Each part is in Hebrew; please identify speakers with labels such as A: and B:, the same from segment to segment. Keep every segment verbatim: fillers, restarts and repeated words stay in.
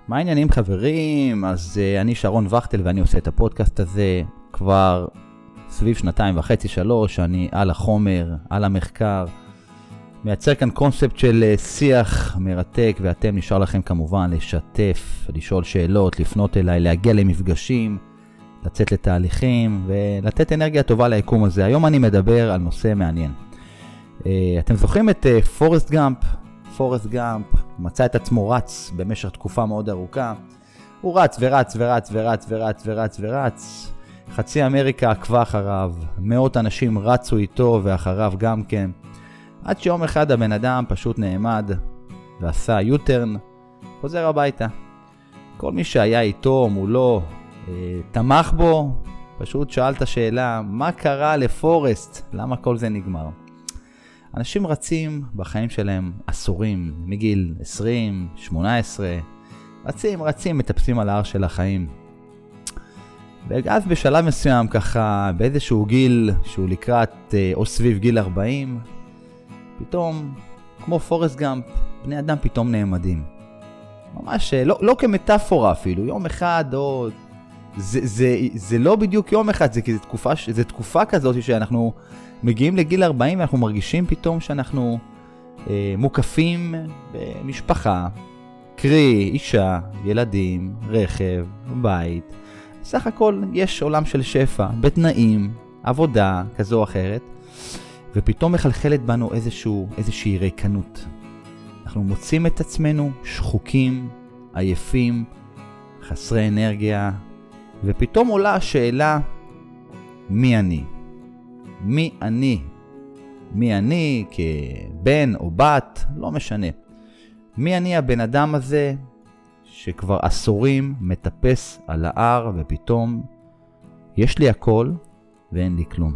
A: מה העניינים חברים? אז uh, אני שרון וכטל ואני עושה את הפודקאסט הזה כבר סביב שנתיים וחצי שלוש, אני על החומר, על המחקר, מייצר כאן קונספט של uh, שיח מרתק, ואתם נשאר לכם כמובן לשתף, לשאול שאלות, לפנות אליי, להגיע למפגשים, לצאת לתהליכים ולתת אנרגיה טובה ליקום הזה. היום אני מדבר על נושא מעניין. Uh, אתם זוכרים את uh, פורסט גאמפ? פורסט גאמפ מצא את עצמו רץ במשך תקופה מאוד ארוכה. הוא רץ ורץ ורץ ורץ ורץ ורץ ורץ. חצי אמריקה עקבה אחריו, מאות אנשים רצו איתו ואחריו גם כן. עד שיום אחד הבן אדם פשוט נעמד ועשה יוטרן, חוזר הביתה. כל מי שהיה איתו מולו אה, תמך בו, פשוט שאל את השאלה, מה קרה לפורסט? למה כל זה נגמר? אנשים רצים בחיים שלהם עשורים, מגיל עשרים, שמונה עשרה, רצים, רצים, מטפסים על ההר של החיים. ואז בשלב מסוים ככה, באיזשהו גיל שהוא לקראת או סביב גיל ארבעים, פתאום, כמו פורסט גאמפ, בני אדם פתאום נעמדים. ממש, לא, לא כמטאפורה אפילו, יום אחד או... זה, זה, זה לא בדיוק יום אחד, זה, זה, תקופה, זה תקופה כזאת שאנחנו מגיעים לגיל ארבעים ואנחנו מרגישים פתאום שאנחנו אה, מוקפים במשפחה, קרי, אישה, ילדים, רכב, בית. סך הכל יש עולם של שפע, בתנאים, עבודה כזו או אחרת, ופתאום מחלחלת בנו איזשהו, איזושהי ריקנות. אנחנו מוצאים את עצמנו שחוקים, עייפים, חסרי אנרגיה, ופתאום עולה השאלה, מי אני? מי אני? מי אני כבן או בת? לא משנה. מי אני הבן אדם הזה שכבר עשורים מטפס על ההר ופתאום יש לי הכל ואין לי כלום.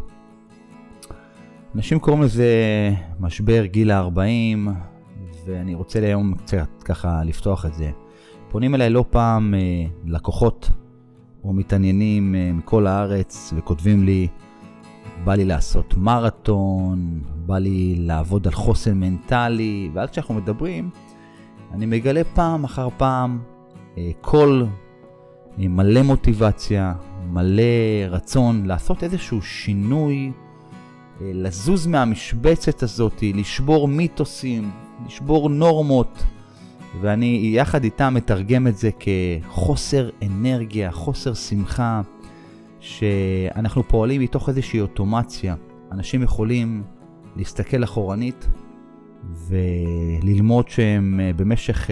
A: אנשים קוראים לזה משבר גיל ה-ארבעים, ואני רוצה היום קצת ככה לפתוח את זה. פונים אליי לא פעם אה, לקוחות או מתעניינים אה, מכל הארץ וכותבים לי, בא לי לעשות מרתון, בא לי לעבוד על חוסן מנטלי, ואז כשאנחנו מדברים, אני מגלה פעם אחר פעם אה, כל אה, מלא מוטיבציה, מלא רצון לעשות איזשהו שינוי, אה, לזוז מהמשבצת הזאת, לשבור מיתוסים, לשבור נורמות, ואני יחד איתם מתרגם את זה כחוסר אנרגיה, חוסר שמחה, שאנחנו פועלים מתוך איזושהי אוטומציה. אנשים יכולים להסתכל אחורנית וללמוד שהם במשך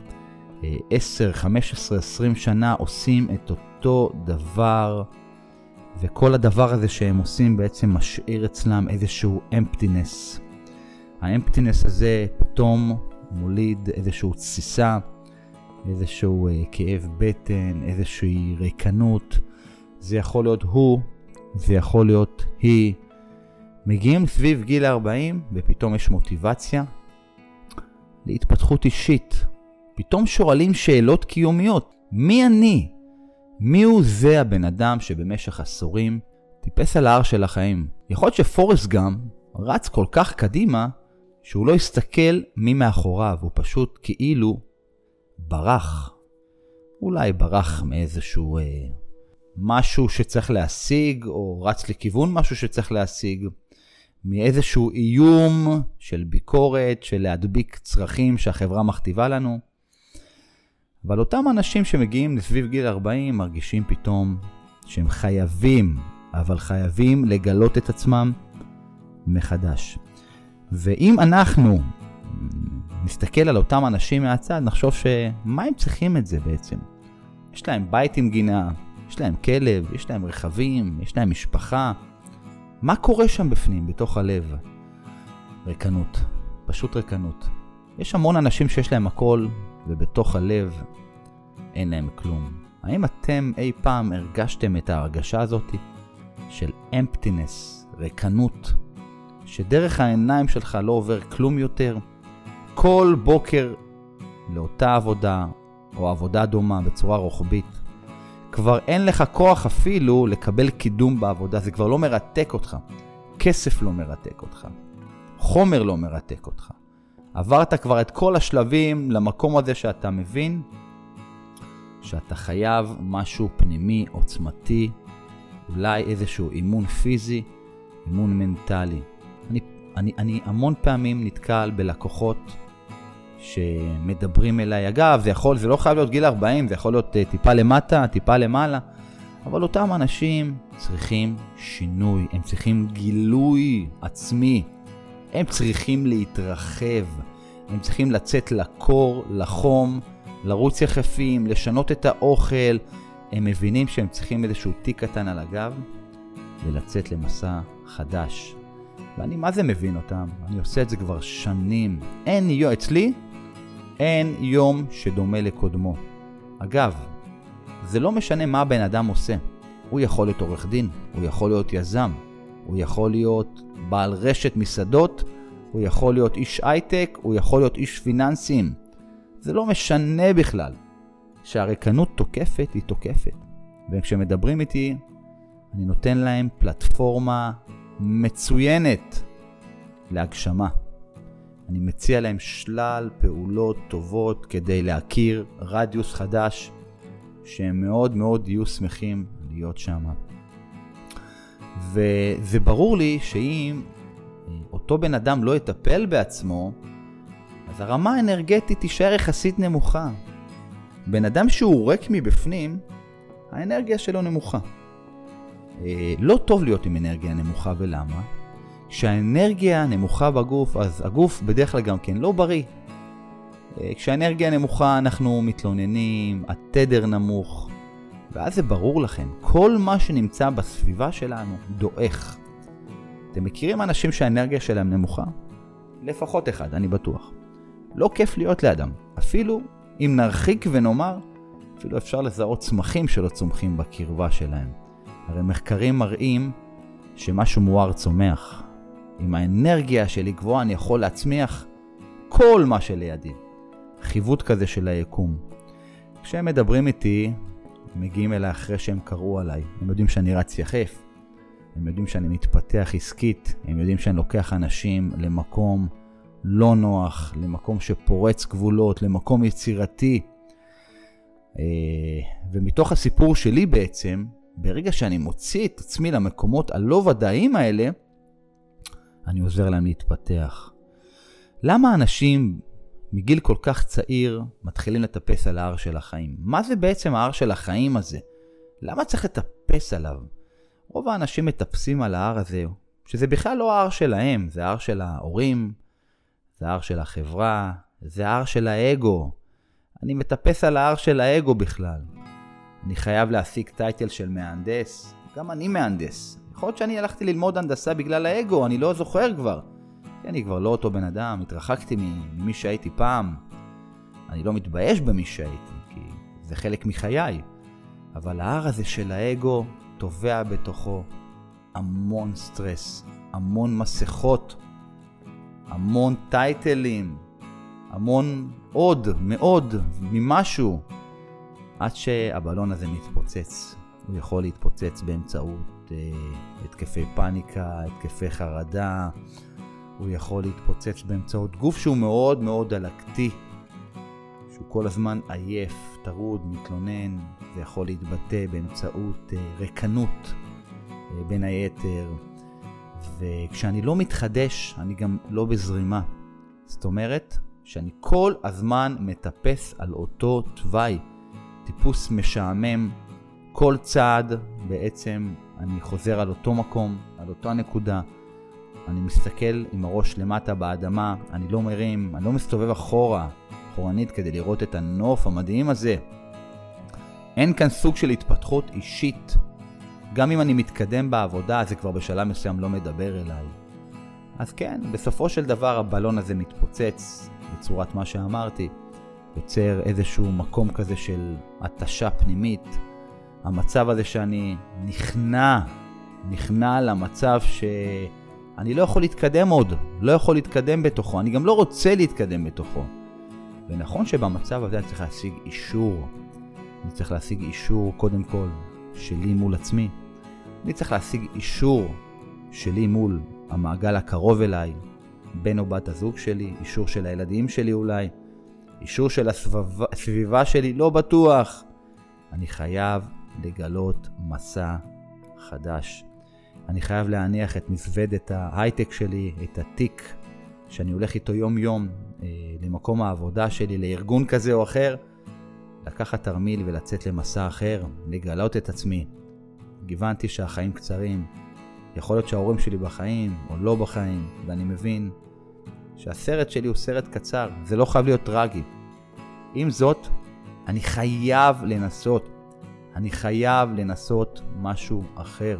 A: עשר, חמש עשרה, עשרים שנה עושים את אותו דבר, וכל הדבר הזה שהם עושים בעצם משאיר אצלם איזשהו emptiness. האמפטינס הזה פתאום מוליד איזשהו תסיסה, איזשהו כאב בטן, איזושהי ריקנות. זה יכול להיות הוא, זה יכול להיות היא. מגיעים סביב גיל ארבעים ופתאום יש מוטיבציה להתפתחות אישית. פתאום שואלים שאלות קיומיות. מי אני? מי הוא זה הבן אדם שבמשך עשורים טיפס על ההר של החיים? יכול להיות שפורסט גאמפ רץ כל כך קדימה שהוא לא הסתכל מי מאחוריו, הוא פשוט כאילו ברח. אולי ברח מאיזשהו... אה, משהו שצריך להשיג, או רץ לכיוון משהו שצריך להשיג, מאיזשהו איום של ביקורת, של להדביק צרכים שהחברה מכתיבה לנו. אבל אותם אנשים שמגיעים לסביב גיל ארבעים מרגישים פתאום שהם חייבים, אבל חייבים לגלות את עצמם מחדש. ואם אנחנו נסתכל על אותם אנשים מהצד, נחשוב שמה הם צריכים את זה בעצם? יש להם בית עם גינה, יש להם כלב, יש להם רכבים, יש להם משפחה. מה קורה שם בפנים, בתוך הלב? ריקנות, פשוט ריקנות. יש המון אנשים שיש להם הכל, ובתוך הלב אין להם כלום. האם אתם אי פעם הרגשתם את ההרגשה הזאת של emptiness, ריקנות, שדרך העיניים שלך לא עובר כלום יותר? כל בוקר לאותה עבודה, או עבודה דומה בצורה רוחבית, כבר אין לך כוח אפילו לקבל קידום בעבודה, זה כבר לא מרתק אותך. כסף לא מרתק אותך. חומר לא מרתק אותך. עברת כבר את כל השלבים למקום הזה שאתה מבין שאתה חייב משהו פנימי, עוצמתי, אולי איזשהו אימון פיזי, אימון מנטלי. אני, אני, אני המון פעמים נתקל בלקוחות שמדברים אליי. אגב, זה יכול, זה לא חייב להיות גיל ארבעים, זה יכול להיות טיפה למטה, טיפה למעלה, אבל אותם אנשים צריכים שינוי, הם צריכים גילוי עצמי, הם צריכים להתרחב, הם צריכים לצאת לקור, לחום, לרוץ יחפים, לשנות את האוכל. הם מבינים שהם צריכים איזשהו תיק קטן על הגב ולצאת למסע חדש. ואני מה זה מבין אותם? אני עושה את זה כבר שנים. אין יום, אצלי אין יום שדומה לקודמו. אגב, זה לא משנה מה הבן אדם עושה. הוא יכול להיות עורך דין, הוא יכול להיות יזם, הוא יכול להיות בעל רשת מסעדות, הוא יכול להיות איש הייטק, הוא יכול להיות איש פיננסים. זה לא משנה בכלל. שהריקנות תוקפת היא תוקפת. וכשמדברים איתי, אני נותן להם פלטפורמה מצוינת להגשמה. אני מציע להם שלל פעולות טובות כדי להכיר רדיוס חדש, שהם מאוד מאוד יהיו שמחים להיות שם. וזה ברור לי שאם אותו בן אדם לא יטפל בעצמו, אז הרמה האנרגטית תישאר יחסית נמוכה. בן אדם שהוא ריק מבפנים, האנרגיה שלו נמוכה. לא טוב להיות עם אנרגיה נמוכה, ולמה? כשהאנרגיה נמוכה בגוף, אז הגוף בדרך כלל גם כן לא בריא. כשהאנרגיה נמוכה אנחנו מתלוננים, התדר נמוך, ואז זה ברור לכם, כל מה שנמצא בסביבה שלנו דועך. אתם מכירים אנשים שהאנרגיה שלהם נמוכה? לפחות אחד, אני בטוח. לא כיף להיות לאדם. אפילו אם נרחיק ונאמר, אפילו אפשר לזהות צמחים שלא צומחים בקרבה שלהם. הרי מחקרים מראים שמשהו מואר צומח. עם האנרגיה שלי גבוהה אני יכול להצמיח כל מה שלידי. חיווט כזה של היקום. כשהם מדברים איתי, הם מגיעים אליי אחרי שהם קראו עליי. הם יודעים שאני רץ יחף. הם יודעים שאני מתפתח עסקית. הם יודעים שאני לוקח אנשים למקום לא נוח, למקום שפורץ גבולות, למקום יצירתי. ומתוך הסיפור שלי בעצם, ברגע שאני מוציא את עצמי למקומות הלא ודאיים האלה, אני עוזר להם להתפתח. למה אנשים מגיל כל כך צעיר מתחילים לטפס על ההר של החיים? מה זה בעצם ההר של החיים הזה? למה צריך לטפס עליו? רוב האנשים מטפסים על ההר הזה, שזה בכלל לא ההר שלהם, זה ההר של ההורים, זה ההר של החברה, זה ההר של האגו. אני מטפס על ההר של האגו בכלל. אני חייב להשיג טייטל של מהנדס, גם אני מהנדס. יכול להיות שאני הלכתי ללמוד הנדסה בגלל האגו, אני לא זוכר כבר. כי אני כבר לא אותו בן אדם, התרחקתי ממי שהייתי פעם. אני לא מתבייש במי שהייתי, כי זה חלק מחיי. אבל ההר הזה של האגו תובע בתוכו המון סטרס, המון מסכות, המון טייטלים, המון עוד, מאוד, ממשהו. עד שהבלון הזה מתפוצץ. הוא יכול להתפוצץ באמצעות אה, התקפי פאניקה, התקפי חרדה. הוא יכול להתפוצץ באמצעות גוף שהוא מאוד מאוד דלקתי. שהוא כל הזמן עייף, טרוד, מתלונן. זה יכול להתבטא באמצעות אה, ריקנות אה, בין היתר. וכשאני לא מתחדש, אני גם לא בזרימה. זאת אומרת שאני כל הזמן מטפס על אותו תוואי. טיפוס משעמם, כל צעד בעצם אני חוזר על אותו מקום, על אותה נקודה. אני מסתכל עם הראש למטה באדמה, אני לא מרים, אני לא מסתובב אחורה, אחורנית כדי לראות את הנוף המדהים הזה. אין כאן סוג של התפתחות אישית. גם אם אני מתקדם בעבודה, זה כבר בשלב מסוים לא מדבר אליי. אז כן, בסופו של דבר הבלון הזה מתפוצץ בצורת מה שאמרתי. יוצר איזשהו מקום כזה של התשה פנימית. המצב הזה שאני נכנע, נכנע למצב שאני לא יכול להתקדם עוד, לא יכול להתקדם בתוכו, אני גם לא רוצה להתקדם בתוכו. ונכון שבמצב הזה אני צריך להשיג אישור. אני צריך להשיג אישור קודם כל שלי מול עצמי. אני צריך להשיג אישור שלי מול המעגל הקרוב אליי, בן או בת הזוג שלי, אישור של הילדים שלי אולי, אישור של הסביבה, הסביבה שלי, לא בטוח. אני חייב לגלות מסע חדש. אני חייב להניח את מזוודת ההייטק שלי, את התיק שאני הולך איתו יום יום אה, למקום העבודה שלי, לארגון כזה או אחר, לקחת תרמיל ולצאת למסע אחר, לגלות את עצמי. גיוונתי שהחיים קצרים, יכול להיות שההורים שלי בחיים או לא בחיים, ואני מבין שהסרט שלי הוא סרט קצר, זה לא חייב להיות טרגי. עם זאת, אני חייב לנסות, אני חייב לנסות משהו אחר.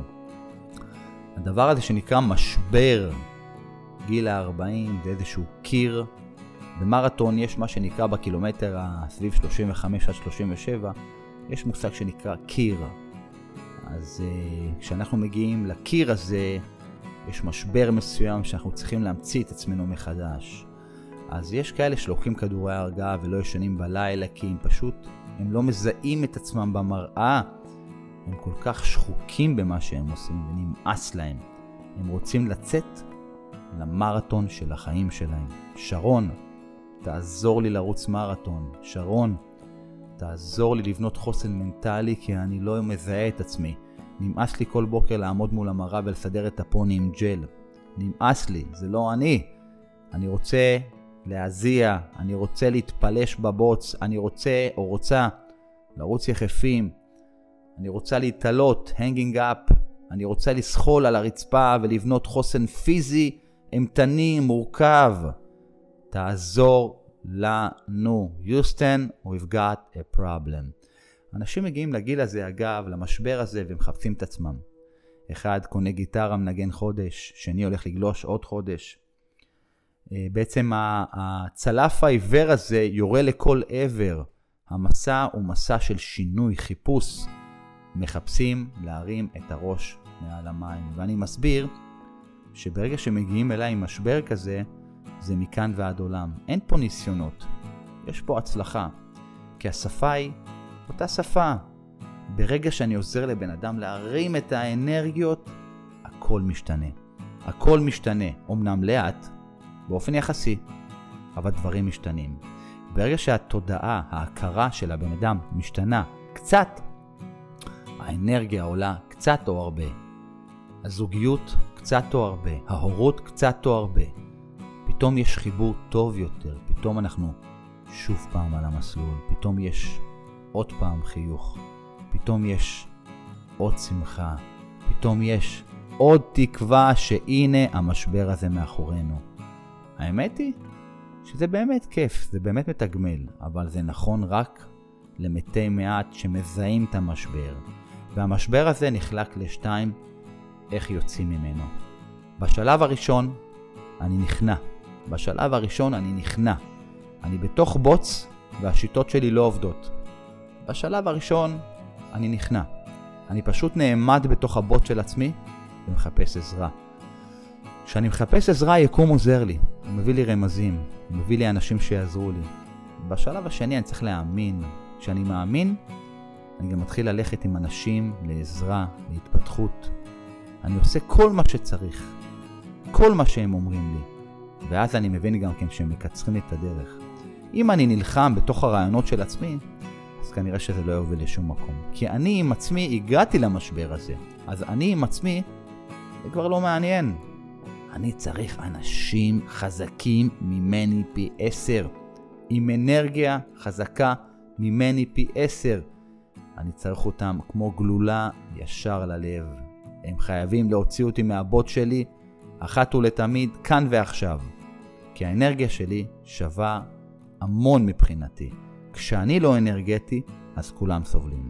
A: הדבר הזה שנקרא משבר גיל ה-ארבעים, זה איזשהו קיר. במרתון יש מה שנקרא בקילומטר סביב שלושים וחמש עד שלושים ושבע, יש מושג שנקרא קיר. אז uh, כשאנחנו מגיעים לקיר הזה, יש משבר מסוים שאנחנו צריכים להמציא את עצמנו מחדש. אז יש כאלה שלוקחים כדורי הרגעה ולא ישנים בלילה, כי הם פשוט, הם לא מזהים את עצמם במראה. הם כל כך שחוקים במה שהם עושים ונמאס להם. הם רוצים לצאת למרתון של החיים שלהם. שרון, תעזור לי לרוץ מרתון. שרון, תעזור לי לבנות חוסן מנטלי, כי אני לא מזהה את עצמי. נמאס לי כל בוקר לעמוד מול המראה ולסדר את הפוני עם ג'ל. נמאס לי, זה לא אני. אני רוצה להזיע, אני רוצה להתפלש בבוץ, אני רוצה או רוצה לרוץ יחפים, אני רוצה להתעלות, hanging up, אני רוצה לסחול על הרצפה ולבנות חוסן פיזי, אמתני, מורכב. תעזור לנו. Houston, we've got a problem. אנשים מגיעים לגיל הזה, אגב, למשבר הזה, ומחפשים את עצמם. אחד קונה גיטרה, מנגן חודש, שני הולך לגלוש עוד חודש. בעצם הצלף העיוור הזה יורה לכל עבר. המסע הוא מסע של שינוי, חיפוש. מחפשים להרים את הראש מעל המים. ואני מסביר שברגע שמגיעים אליי עם משבר כזה, זה מכאן ועד עולם. אין פה ניסיונות. יש פה הצלחה. כי השפה היא אותה שפה. ברגע שאני עוזר לבן אדם להרים את האנרגיות, הכל משתנה. הכל משתנה. אמנם לאט, באופן יחסי, אבל דברים משתנים. ברגע שהתודעה, ההכרה של הבן אדם משתנה קצת, האנרגיה עולה קצת או הרבה. הזוגיות קצת או הרבה. ההורות קצת או הרבה. פתאום יש חיבור טוב יותר. פתאום אנחנו שוב פעם על המסלול. פתאום יש עוד פעם חיוך. פתאום יש עוד שמחה. פתאום יש עוד תקווה שהנה המשבר הזה מאחורינו. האמת היא שזה באמת כיף, זה באמת מתגמל, אבל זה נכון רק למתי מעט שמזהים את המשבר. והמשבר הזה נחלק לשתיים, איך יוצאים ממנו. בשלב הראשון אני נכנע. בשלב הראשון אני נכנע. אני בתוך בוץ והשיטות שלי לא עובדות. בשלב הראשון אני נכנע. אני פשוט נעמד בתוך הבוץ של עצמי ומחפש עזרה. כשאני מחפש עזרה, יקום עוזר לי. הוא מביא לי רמזים, הוא מביא לי אנשים שיעזרו לי. בשלב השני אני צריך להאמין. כשאני מאמין, אני גם מתחיל ללכת עם אנשים לעזרה, להתפתחות. אני עושה כל מה שצריך, כל מה שהם אומרים לי. ואז אני מבין גם כן שהם מקצרים לי את הדרך. אם אני נלחם בתוך הרעיונות של עצמי, אז כנראה שזה לא יוביל לשום מקום. כי אני עם עצמי הגעתי למשבר הזה. אז אני עם עצמי, זה כבר לא מעניין. אני צריך אנשים חזקים ממני פי עשר. עם אנרגיה חזקה ממני פי עשר. אני צריך אותם כמו גלולה ישר ללב. הם חייבים להוציא אותי מהבוט שלי, אחת ולתמיד, כאן ועכשיו. כי האנרגיה שלי שווה המון מבחינתי. כשאני לא אנרגטי, אז כולם סובלים.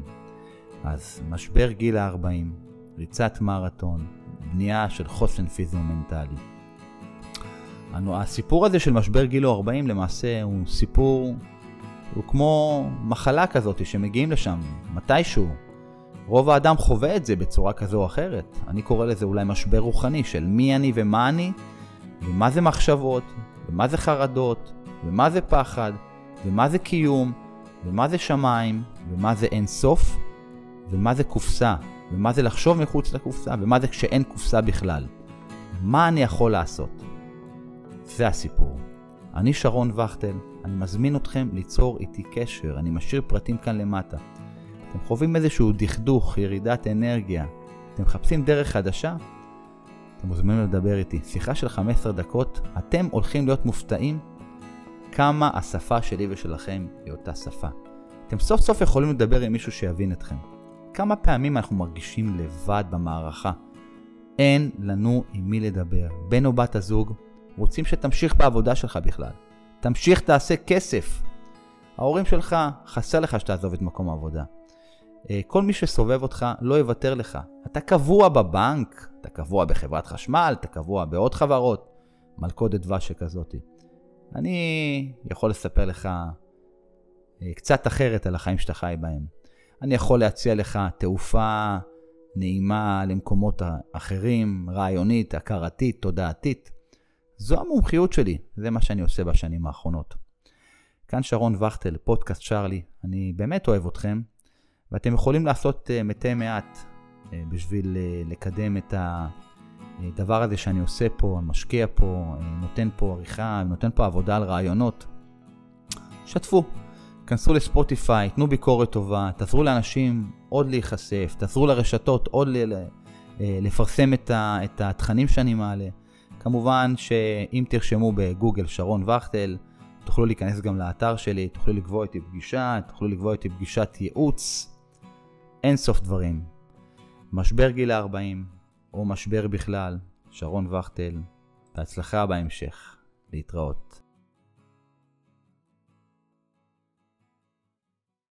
A: אז משבר גיל ה-ארבעים, ריצת מרתון, בנייה של חוסן פיזי ומנטלי. הסיפור הזה של משבר גיל ה-ארבעים למעשה הוא סיפור, הוא כמו מחלה כזאת שמגיעים לשם מתישהו. רוב האדם חווה את זה בצורה כזו או אחרת. אני קורא לזה אולי משבר רוחני של מי אני ומה אני, ומה זה מחשבות, ומה זה חרדות, ומה זה פחד, ומה זה קיום, ומה זה שמיים, ומה זה אין סוף, ומה זה קופסה, ומה זה לחשוב מחוץ לקופסה, ומה זה כשאין קופסה בכלל. מה אני יכול לעשות? זה הסיפור. אני שרון וכטל, אני מזמין אתכם ליצור איתי קשר, אני משאיר פרטים כאן למטה. אתם חווים איזשהו דכדוך, ירידת אנרגיה, אתם מחפשים דרך חדשה, אתם מוזמנים לדבר איתי. שיחה של חמש עשרה דקות, אתם הולכים להיות מופתעים כמה השפה שלי ושלכם היא אותה שפה. אתם סוף סוף יכולים לדבר עם מישהו שיבין אתכם. כמה פעמים אנחנו מרגישים לבד במערכה. אין לנו עם מי לדבר. בן או בת הזוג רוצים שתמשיך בעבודה שלך בכלל. תמשיך, תעשה כסף. ההורים שלך, חסר לך שתעזוב את מקום העבודה. כל מי שסובב אותך לא יוותר לך. אתה קבוע בבנק, אתה קבוע בחברת חשמל, אתה קבוע בעוד חברות, מלכודת דבש שכזאת. אני יכול לספר לך קצת אחרת על החיים שאתה חי בהם. אני יכול להציע לך תעופה נעימה למקומות אחרים, רעיונית, הכרתית, תודעתית. זו המומחיות שלי, זה מה שאני עושה בשנים האחרונות. כאן שרון וכטל, פודקאסט שרלי, אני באמת אוהב אתכם, ואתם יכולים לעשות מתי מעט בשביל לקדם את הדבר הזה שאני עושה פה, משקיע פה, נותן פה עריכה, נותן פה עבודה על רעיונות. שתפו, כנסו לספוטיפיי, תנו ביקורת טובה, תעזרו לאנשים עוד להיחשף, תעזרו לרשתות עוד לפרסם את התכנים שאני מעלה. כמובן שאם תרשמו בגוגל שרון וכטל, תוכלו להיכנס גם לאתר שלי, תוכלו לקבוע איתי פגישה, תוכלו לקבוע איתי פגישת ייעוץ, אין סוף דברים. משבר גיל ארבעים, או משבר בכלל, שרון וכטל, בהצלחה בהמשך, להתראות.